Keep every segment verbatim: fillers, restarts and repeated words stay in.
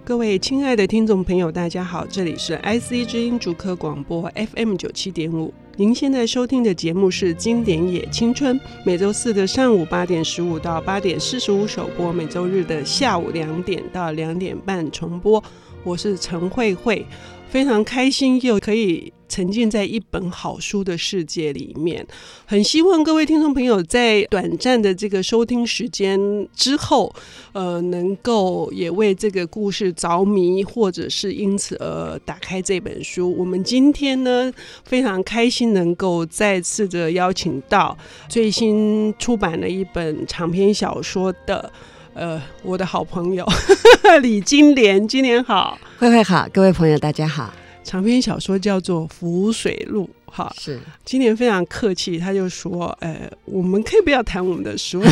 各位亲爱的听众朋友大家好，这里是 I C 之音竹科广播 F M 九十七点五， 您现在收听的节目是经典也青春，每周四的上午八点十五到八点四十五首播，每周日的下午两点到两点半重播。我是陈慧慧，非常开心又可以沉浸在一本好书的世界里面。很希望各位听众朋友在短暂的这个收听时间之后呃，能够也为这个故事着迷，或者是因此而打开这本书。我们今天呢非常开心能够再次的邀请到最新出版了一本长篇小说的呃，我的好朋友李金莲。金莲好。 慧慧好，各位朋友大家好。 长篇小说叫做《浮水路》。好， 是今年非常客气，他就说呃，我们可以不要谈我们的书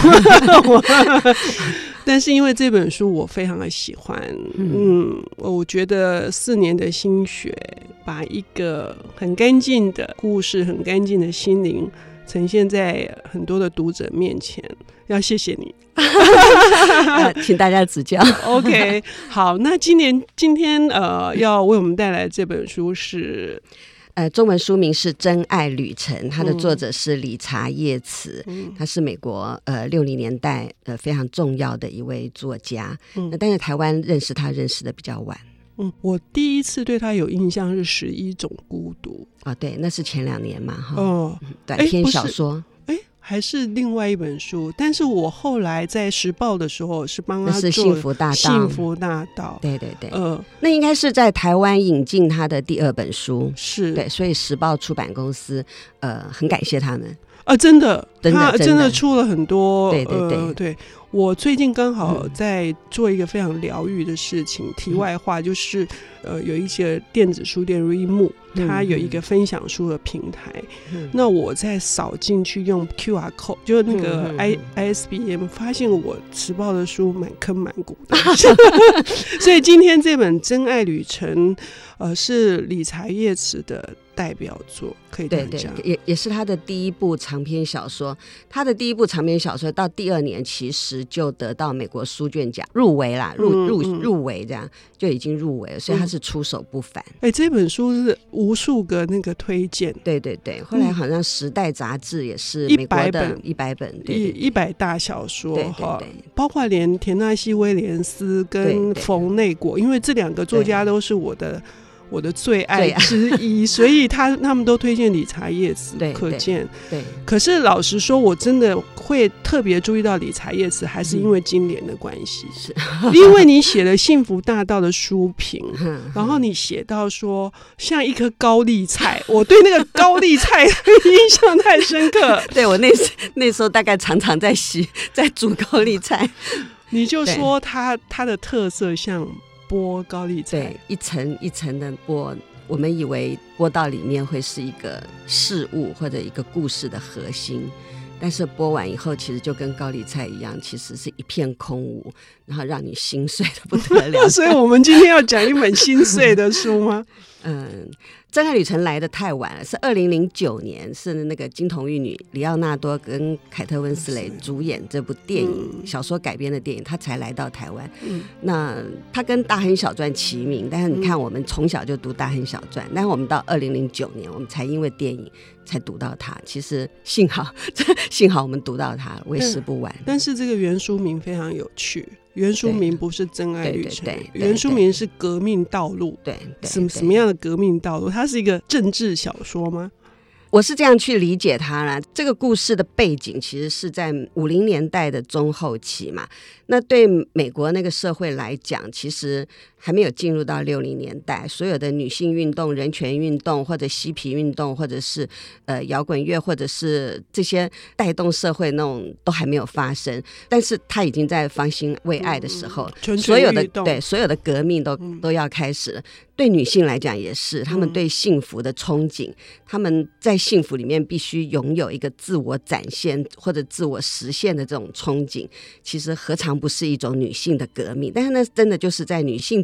但是因为这本书我非常的喜欢，嗯，我觉得四年的心血把一个很干净的故事，很干净的心灵呈现在很多的读者面前，要谢谢你呃、请大家指教 OK 好，那今年今天呃要为我们带来这本书是呃，中文书名是《真爱旅程》，它的作者是理查叶茨，嗯、他是美国呃六零年代呃非常重要的一位作家，嗯、但是台湾认识他认识的比较晚。 嗯，我第一次对他有印象是《十一种孤独》 啊，对，那是前两年嘛，哈， 哦， 短篇小说。 还是另外一本书，但是我后来在时报的时候是帮他做那是幸福大道， 幸福大道， 对对对， 呃， 那应该是在台湾引进他的第二本书， 是对， 所以时报出版公司呃很感谢他们啊，真的， 真的他真的出了很多， 对对对、 呃、对。我最近刚好在做一个非常疗愈的事情、嗯、题外话就是、呃、有一些电子书店 Readmoo 它有一个分享书的平台、嗯、那我在扫进去用 Q R code 就是那个 I,、嗯、I S B N 发现我时报的书满坑满谷的所以今天这本《真爱旅程》呃，是理查叶茨的代表作，可以这样讲。 对对，也也是他的第一部长篇小说。他的第一部长篇小说到第二年其实就得到美国书卷奖入围啦，入入入围，这样就已经入围了，所以他是出手不凡。哎、 嗯欸，这本书是无数个那个推荐， 对对对。后来好像《时代》杂志也是美国的一百本，对对对， 一百大小说， 对对对， 包括连田纳西·威廉斯跟冯内果，因为这两个作家都是我的。我的最爱之一，所以他他们都推荐理查叶茨，可见对, 对。 可是老实说，我真的会特别注意到理查叶茨，还是因为金莲的关系，是、嗯、因为你写了《幸福大道》的书评，然后你写到说像一颗高丽菜，我对那个高丽菜印象太深刻。 对，我那那时候大概常常在洗在煮高丽菜， 你就说它它的特色像。剥高丽菜， 对，一层一层的剥，我们以为剥到里面会是一个事物或者一个故事的核心，但是剥完以后其实就跟高丽菜一样，其实是一片空无，然后让你心碎的不得了所以我们今天要讲一本心碎的书吗？ 嗯，真爱旅程来得太晚了，是二零零九年，是那个金童玉女里奥纳多跟凯特温斯雷主演这部电影、嗯、小说改编的电影，他才来到台湾、嗯、那他跟大亨小传齐名，但是你看我们从小就读大亨小传、嗯、但是我们到二零零九年我们才因为电影才读到他，其实幸好幸好我们读到他，为时不晚。 但是这个原书名非常有趣，原书名不是真爱旅程，原书名是革命道路。对，什么什么样的革命道路？它是一个政治小说吗？ 我是这样去理解它啦。这个故事的背景其实是在五零年代的中后期嘛，那对美国那个社会来讲，其实还没有进入到六零年代，所有的女性运动、人权运动或者嬉皮运动，或者是呃摇滚乐，或者是这些带动社会那种都还没有发生，但是它已经在方兴未艾的时候，嗯、所有的对所有的革命都、嗯、都要开始了。对女性来讲也是，她们对幸福的憧憬，她们在幸福里面必须拥有一个自我展现或者自我实现的这种憧憬，其实何尝不是一种女性的革命？但是那真的就是在女性主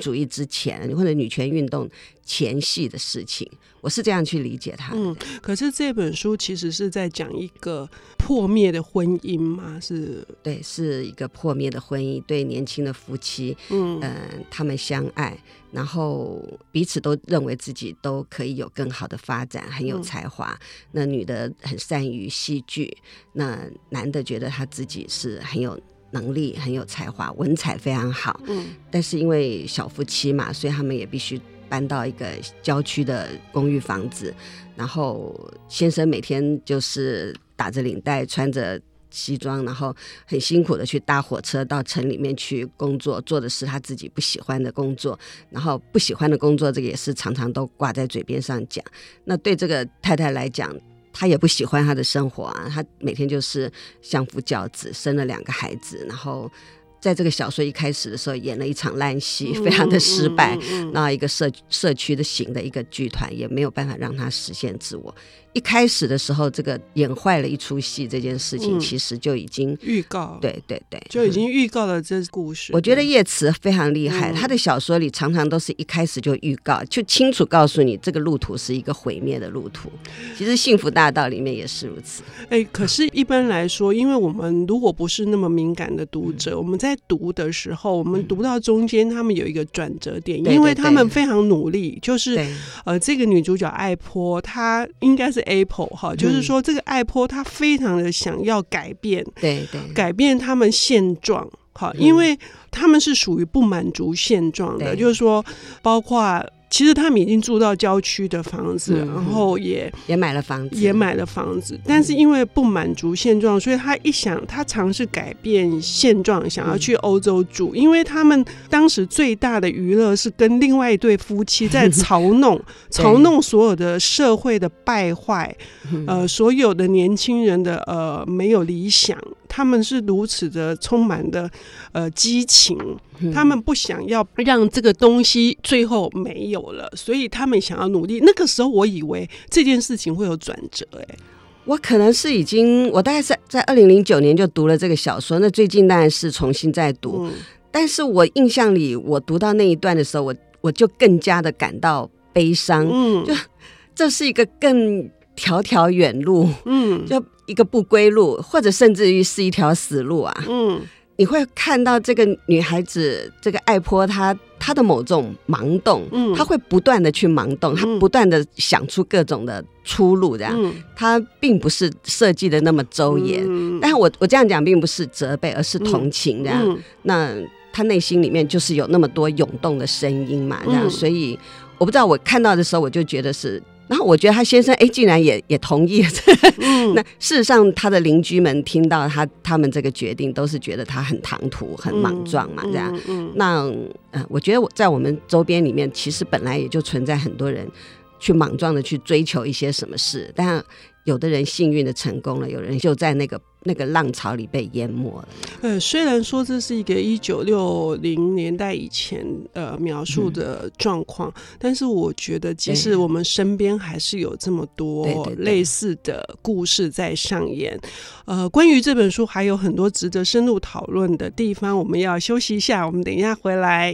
主义之前或者女权运动前夕的事情，我是这样去理解它的。 嗯，可是这本书其实是在讲一个破灭的婚姻吗？是， 对，是一个破灭的婚姻，对年轻的夫妻，嗯、呃，他们相爱，然后彼此都认为自己都可以有更好的发展，很有才华。嗯、那女的很善于戏剧，那男的觉得他自己是很有能力，很有才华，文采非常好。嗯，但是因为小夫妻嘛，所以他们也必须搬到一个郊区的公寓房子，然后先生每天就是打着领带，穿着西装，然后很辛苦的去搭火车到城里面去工作，做的是他自己不喜欢的工作，然后不喜欢的工作这个也是常常都挂在嘴边上讲。那对这个太太来讲，她也不喜欢她的生活啊，她每天就是相夫教子，生了两个孩子，然后在这个小说一开始的时候演了一场烂戏，非常的失败，嗯嗯嗯、那一个社社区的型的一个剧团也没有办法让他实现自我。一开始的时候这个演坏了一出戏这件事情、嗯、其实就已经预告， 对对对， 就已经预告了这故事、嗯、 我觉得叶慈非常厉害、嗯、他的小说里常常都是一开始就预告，就清楚告诉你这个路途是一个毁灭的路途。其实幸福大道里面也是如此。 哎，可是一般来说，因为我们如果不是那么敏感的读者、嗯、我们在读的时候，我们读到中间他们有一个转折点、嗯、因为他们非常努力，就是呃，这个女主角艾波她应该是 Apple 哈，就是说这个艾波她非常的想要改变， 对对， 改变他们现状，好，因为他们是属于不满足现状的，就是说包括其实他们已经住到郊区的房子、嗯、然后也也买了房子也买了房子，但是因为不满足现状，所以他一想他尝试改变现状，想要去欧洲住、嗯、因为他们当时最大的娱乐是跟另外一对夫妻在嘲弄嘲弄所有的社会的败坏、呃，所有的年轻人的呃没有理想，他们是如此的充满的呃激情，他们不想要让这个东西最后没有了，所以他们想要努力。那个时候我以为这件事情会有转折、欸、 我可能是已经我大概是在二零零九年就读了这个小说，那最近当然是重新再读、嗯、但是我印象里我读到那一段的时候，我我就更加的感到悲伤、嗯、就这是一个更条条远路，嗯，就一个不归路，或者甚至于是一条死路啊，嗯，你会看到这个女孩子，这个艾波她她的某种盲动，嗯，她会不断的去盲动，她不断的想出各种的出路，这样，嗯，她并不是设计的那么周延，嗯，但是我我这样讲并不是责备，而是同情这样，嗯，那她内心里面就是有那么多涌动的声音嘛，这样，嗯，所以我不知道，我看到的时候我就觉得是。然后我觉得他先生哎，竟然也也同意了、嗯、那事实上他的邻居们听到他他们这个决定都是觉得他很唐突很莽撞嘛、嗯、这样、嗯、那、呃、我觉得我在我们周边里面其实本来也就存在很多人去莽撞的去追求一些什么事，但有的人幸运的成功了，有人就在那个那个浪潮里被淹没了。 呃，虽然说这是一个一九六零年代以前呃描述的状况、嗯，但是我觉得即使我们身边还是有这么多类似的故事在上演。呃，关于这本书还有很多值得深入讨论的地方，我们要休息一下，我们等一下回来。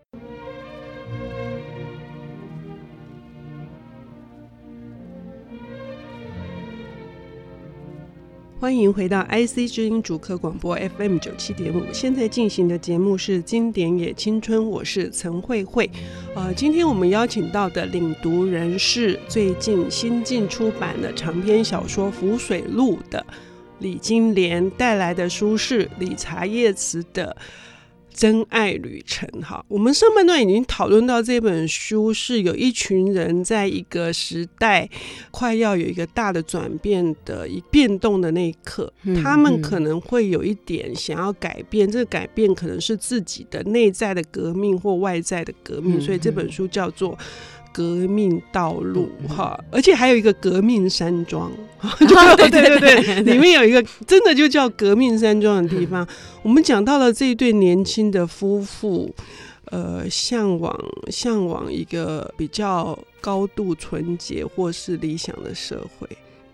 欢迎回到 I C 之音主客广播 F M 九七点五，现在进行的节目是经典也青春，我是陈慧慧。呃，今天我们邀请到的领读人是最近新近出版的长篇小说《浮水路》的李金莲，带来的书是理查叶茨的真爱旅程。好，我们上半段已经讨论到这本书是有一群人在一个时代快要有一个大的转变的一变动的那一刻、嗯、他们可能会有一点想要改变、嗯、这个改变可能是自己的内在的革命或外在的革命、嗯、所以这本书叫做革命道路、嗯、而且还有一个革命山庄、哦、对对对对，里面有一个真的就叫革命山庄的地方、嗯、我们讲到了这一对年轻的夫妇呃，向往向往一个比较高度纯洁或是理想的社会。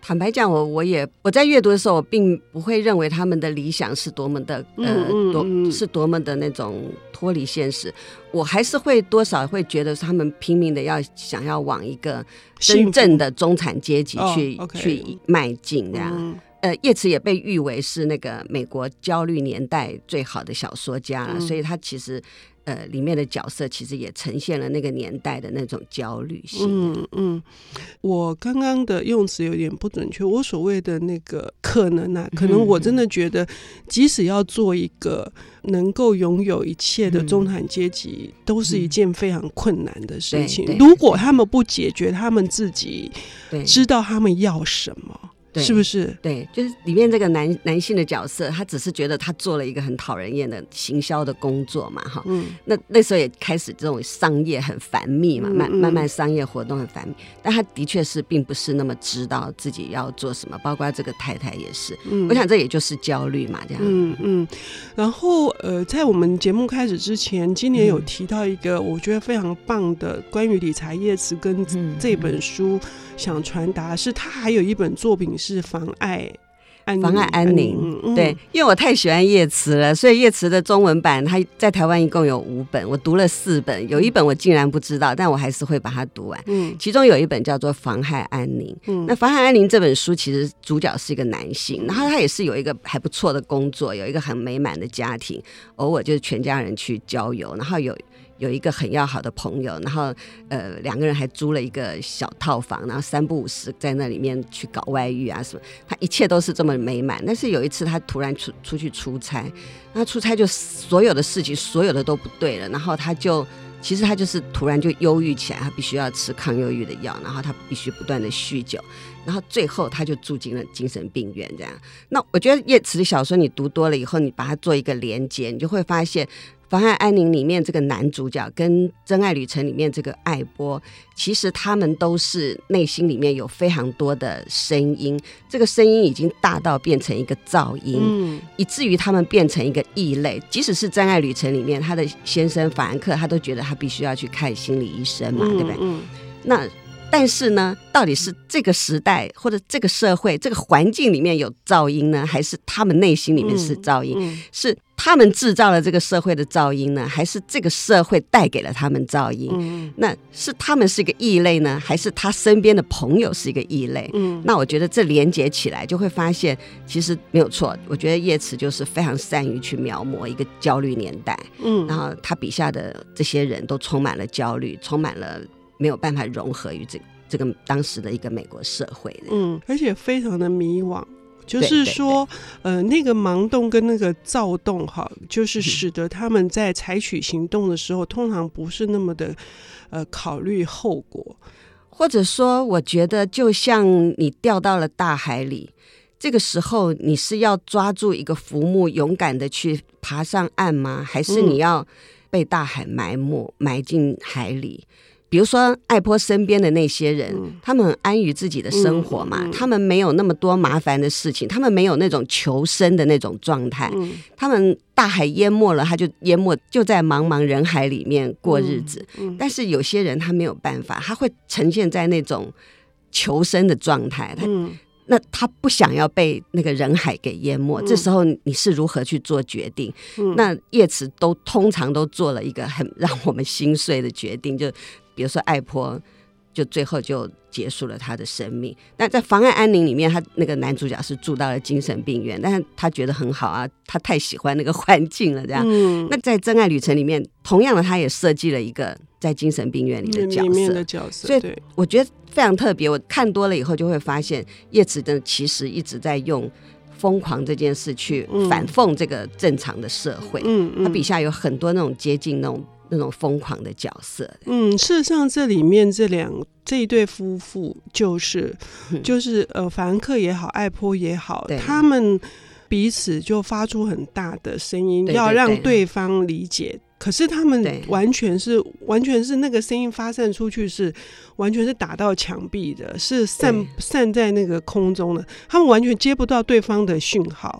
坦白讲，我我也我在阅读的时候，我并不会认为他们的理想是多么的呃嗯多嗯是多么的那种脱离现实，我还是会多少会觉得他们拼命的要想要往一个真正的中产阶级去、 哦 okay 去迈进这样。 嗯呃，叶慈也被誉为是那个美国焦虑年代最好的小说家了， 嗯所以他其实呃里面的角色其实也呈现了那个年代的那种焦虑性。 嗯嗯，我刚刚的用词有点不准确，我所谓的那个可能啊，可能我真的觉得，即使要做一个能够拥有一切的中产阶级，嗯、都是一件非常困难的事情。如果他们不解决他们自己，知道他们要什么。是不是？ 对，就是里面这个男男性的角色，他只是觉得他做了一个很讨人厌的行销的工作嘛，哈、嗯，那那时候也开始这种商业很繁密嘛，慢、嗯、慢慢商业活动很繁密，但他的确是并不是那么知道自己要做什么，包括这个太太也是，嗯，我想这也就是焦虑嘛，这样， 嗯嗯。然后呃，在我们节目开始之前，今年有提到一个我觉得非常棒的关于理财叶慈跟这本书想传达，是他还有一本作品。是妨碍安宁， 妨碍安宁、嗯、对，因为我太喜欢叶慈了，所以叶慈的中文版他在台湾一共有五本，我读了四本，有一本我竟然不知道，但我还是会把它读完、嗯、其中有一本叫做妨害安宁、嗯、那妨害安宁这本书其实主角是一个男性，然后他也是有一个还不错的工作，有一个很美满的家庭，偶尔就是全家人去郊游，然后有有一个很要好的朋友，然后呃两个人还租了一个小套房，然后三不五时在那里面去搞外遇啊什么，他一切都是这么美满。但是有一次他突然出出去出差，那出差就所有的事情所有的都不对了，然后他就其实他就是突然就忧郁起来，他必须要吃抗忧郁的药，然后他必须不断的酗酒，然后最后他就住进了精神病院这样。那我觉得叶慈的小说你读多了以后，你把它做一个连结，你就会发现妨碍安宁里面这个男主角跟真爱旅程里面这个艾波，其实他们都是内心里面有非常多的声音，这个声音已经大到变成一个噪音、嗯、以至于他们变成一个异类。即使是真爱旅程里面他的先生法兰克，他都觉得他必须要去看心理医生嘛、嗯、对不对、嗯、那但是呢，到底是这个时代或者这个社会这个环境里面有噪音呢，还是他们内心里面是噪音、嗯嗯、是他们制造了这个社会的噪音呢，还是这个社会带给了他们噪音、嗯、那是他们是一个异类呢，还是他身边的朋友是一个异类、嗯、那我觉得这连结起来就会发现其实没有错。我觉得叶慈就是非常善于去描摹一个焦虑年代、嗯、然后他笔下的这些人都充满了焦虑，充满了没有办法融合于这个这个当时的一个美国社会的， 嗯，而且非常的迷惘，就是说，呃，那个盲动跟那个躁动，哈，就是使得他们在采取行动的时候，嗯、通常不是那么的，呃，考虑后果， 或者说，我觉得就像你掉到了大海里，这个时候你是要抓住一个浮木，勇敢的去爬上岸吗？还是你要被大海埋没，埋进海里？比如说艾波身边的那些人、嗯、他们很安于自己的生活嘛、嗯嗯、他们没有那么多麻烦的事情，他们没有那种求生的那种状态、嗯、他们大海淹没了他就淹没，就在茫茫人海里面过日子、嗯嗯、但是有些人他没有办法，他会呈现在那种求生的状态，他、嗯那他不想要被那个人海给淹没、嗯、这时候你是如何去做决定、嗯、那叶慈都通常都做了一个很让我们心碎的决定，就比如说艾波就最后就结束了他的生命。那在妨碍安宁里面，他那个男主角是住到了精神病院，但是他觉得很好啊，他太喜欢那个环境了这样、嗯、那在真爱旅程里面同样的他也设计了一个在精神病院里的角色， 里面的角色， 所以我觉得非常特别。我看多了以后就会发现叶慈的其实一直在用疯狂这件事去反讽这个正常的社会、嗯嗯、他笔下有很多那种接近那种那种疯狂的角色。 嗯，事实上这里面这两这一对夫妇就是就是呃法兰克也好艾波也好，他们彼此就发出很大的声音，对对对，要让对方理解，可是他们完全是完全是那个声音发散出去是完全是打到墙壁的，是散散在那个空中的，他们完全接不到对方的讯号。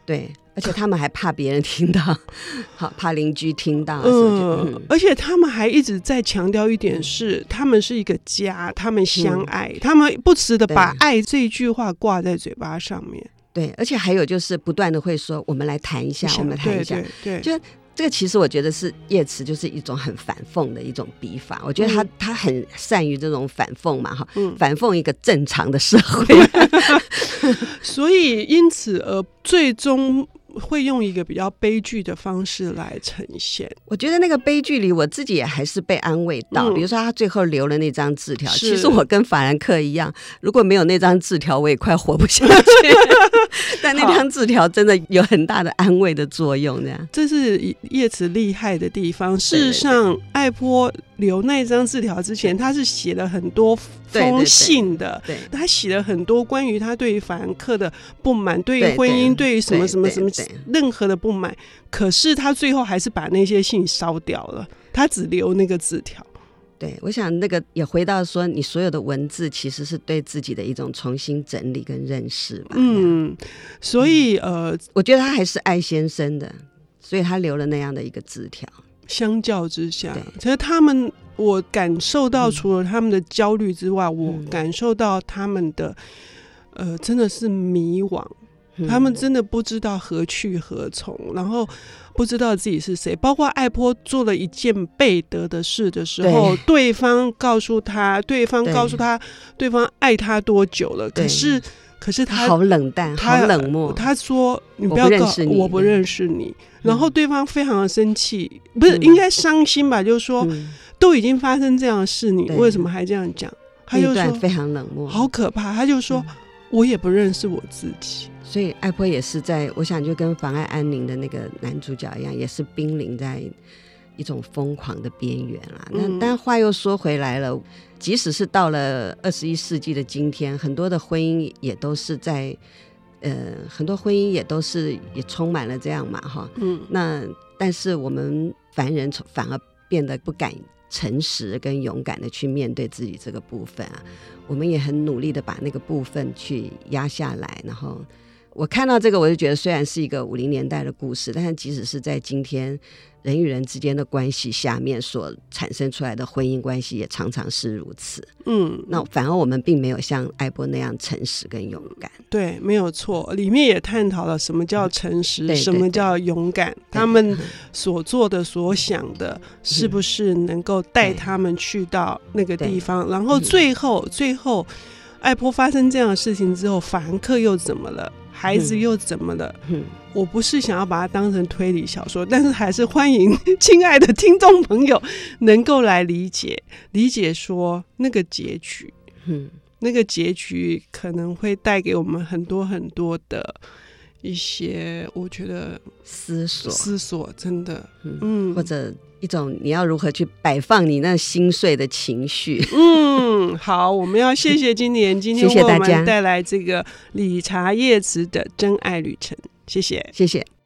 对，而且他们还怕别人听到，好怕邻居听到。 嗯，嗯而且他们还一直在强调一点是，嗯、他们是一个家，他们相爱，嗯、他们不时的把爱这一句话挂在嘴巴上面。 对，而且还有就是不断的会说，我们来谈一下，我们谈一下， 对对对， 就。这个其实我觉得是叶慈就是一种很反讽的一种笔法，我觉得他、嗯、他很善于这种反讽嘛哈、嗯，反讽一个正常的社会， 所以因此而最终会用一个比较悲剧的方式来呈现。 我觉得那个悲剧里我自己也还是被安慰到、嗯、比如说他最后留了那张字条，其实我跟法兰克一样，如果没有那张字条我也快活不下去但那张字条真的有很大的安慰的作用，这样这是叶慈厉害的地方。事实上爱波留那张字条之前，他是写了很多封信的，对对对对，他写了很多关于他对于法兰克的不满，对于婚姻，对于什么什么什么任何的不满，可是他最后还是把那些信烧掉了，他只留那个字条。 对，我想那个也回到说，你所有的文字其实是对自己的一种重新整理跟认识吧。 嗯，所以、嗯、呃， 我觉得他还是爱先生的，所以他留了那样的一个字条。 相较之下，其实他们，我感受到除了他们的焦虑之外，嗯、我感受到他们的呃，真的是迷惘。他们真的不知道何去何从，然后不知道自己是谁。包括爱波做了一件背德的事的时候，对方告诉他，对方告诉他，对方爱他多久了，可是可是他好冷淡，好冷漠。 他说：“你不要告诉我，我不认识你。嗯”然后对方非常的生气，不是、嗯、应该伤心吧？就是说、嗯，都已经发生这样的事，你为什么还这样讲？他就说非常冷漠， 好可怕。他就说、嗯、我也不认识我自己。 所以爱波也是在，我想就跟妨碍安宁的那个男主角一样，也是濒临在一种疯狂的边缘啦。那、嗯、但话又说回来了，即使是到了二十一世纪的今天，很多的婚姻也都是在呃，很多婚姻也都是也充满了这样嘛哈。嗯，那但是我们凡人反而变得不敢诚实跟勇敢的去面对自己这个部分啊，我们也很努力的把那个部分去压下来，然后。我看到这个我就觉得虽然是一个五零年代的故事，但是即使是在今天人与人之间的关系下面所产生出来的婚姻关系也常常是如此。嗯，那反而我们并没有像爱波那样诚实跟勇敢。 对，没有错，里面也探讨了什么叫诚实、嗯、什么叫勇敢，他们所做的所想的是不是能够带他们去到那个地方，然后最后、嗯、最后爱波发生这样的事情之后，法兰克又怎么了，孩子又怎么了、嗯、我不是想要把它当成推理小说，但是还是欢迎亲爱的听众朋友能够来理解理解说那个结局、嗯、那个结局可能会带给我们很多很多的一些我觉得思索思索真的 嗯, 嗯，或者一种你要如何去摆放你那心碎的情绪。 嗯，好，我们要谢谢今年今天为我们带来这个理查叶慈的真爱旅程，谢谢谢谢。